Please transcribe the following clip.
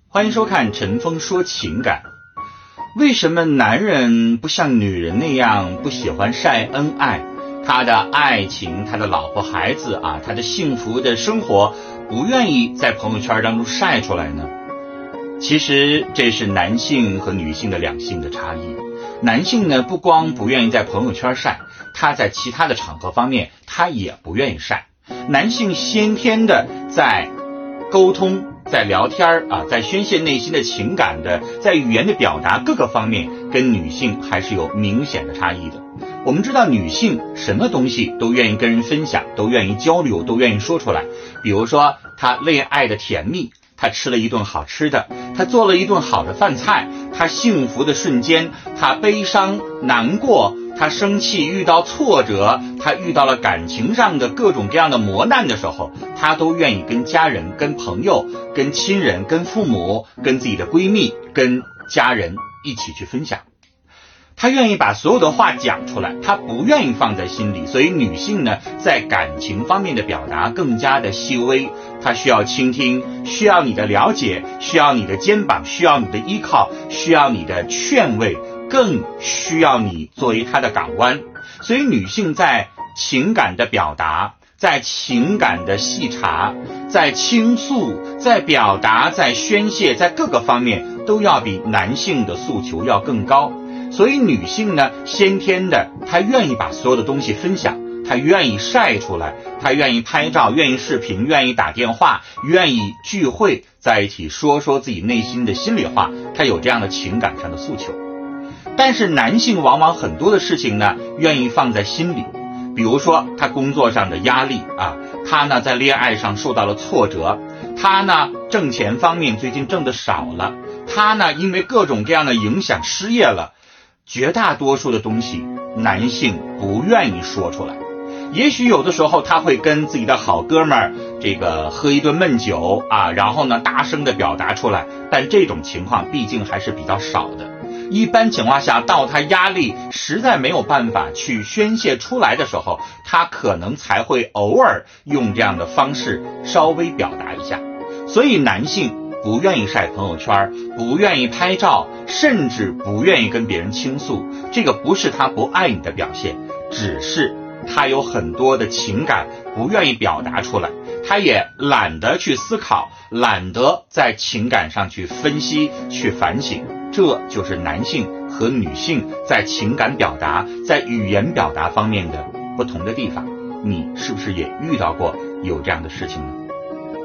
欢迎收看陈峰说情感。为什么男人不像女人那样不喜欢晒恩爱？他的爱情，他的老婆孩子他的幸福的生活不愿意在朋友圈当中晒出来呢？其实这是男性和女性的两性的差异。男性呢，不光不愿意在朋友圈晒，他在其他的场合方面他也不愿意晒。男性先天的在沟通，在聊天在宣泄内心的情感的，在语言的表达各个方面跟女性还是有明显的差异的。我们知道女性什么东西都愿意跟人分享，都愿意交流，都愿意说出来。比如说她恋爱的甜蜜，她吃了一顿好吃的，她做了一顿好的饭菜，她幸福的瞬间，她悲伤难过，她生气遇到挫折，她遇到了感情上的各种各样的磨难的时候，她都愿意跟家人、跟朋友、跟亲人、跟父母、跟自己的闺蜜、跟家人一起去分享。她愿意把所有的话讲出来，她不愿意放在心里。所以女性呢，在感情方面的表达更加的细微，她需要倾听，需要你的了解，需要你的肩膀，需要你的依靠，需要你的劝慰，更需要你作为她的港湾。所以女性在情感的表达，在情感的细查，在倾诉，在表达，在宣泄，在各个方面都要比男性的诉求要更高。所以女性呢，先天的她愿意把所有的东西分享，她愿意晒出来，她愿意拍照，愿意视频，愿意打电话，愿意聚会在一起说说自己内心的心里话，她有这样的情感上的诉求。但是男性往往很多的事情呢，愿意放在心里。比如说他工作上的压力他呢在恋爱上受到了挫折，他呢挣钱方面最近挣得少了，他呢因为各种各样的影响失业了。绝大多数的东西男性不愿意说出来。也许有的时候他会跟自己的好哥们儿喝一顿闷酒然后呢大声的表达出来，但这种情况毕竟还是比较少的。一般情况下，到他压力实在没有办法去宣泄出来的时候，他可能才会偶尔用这样的方式稍微表达一下。所以男性不愿意晒朋友圈，不愿意拍照，甚至不愿意跟别人倾诉，这个不是他不爱你的表现，只是他有很多的情感不愿意表达出来，他也懒得去思考，懒得在情感上去分析，去反省。这就是男性和女性在情感表达，在语言表达方面的不同的地方。你是不是也遇到过有这样的事情呢？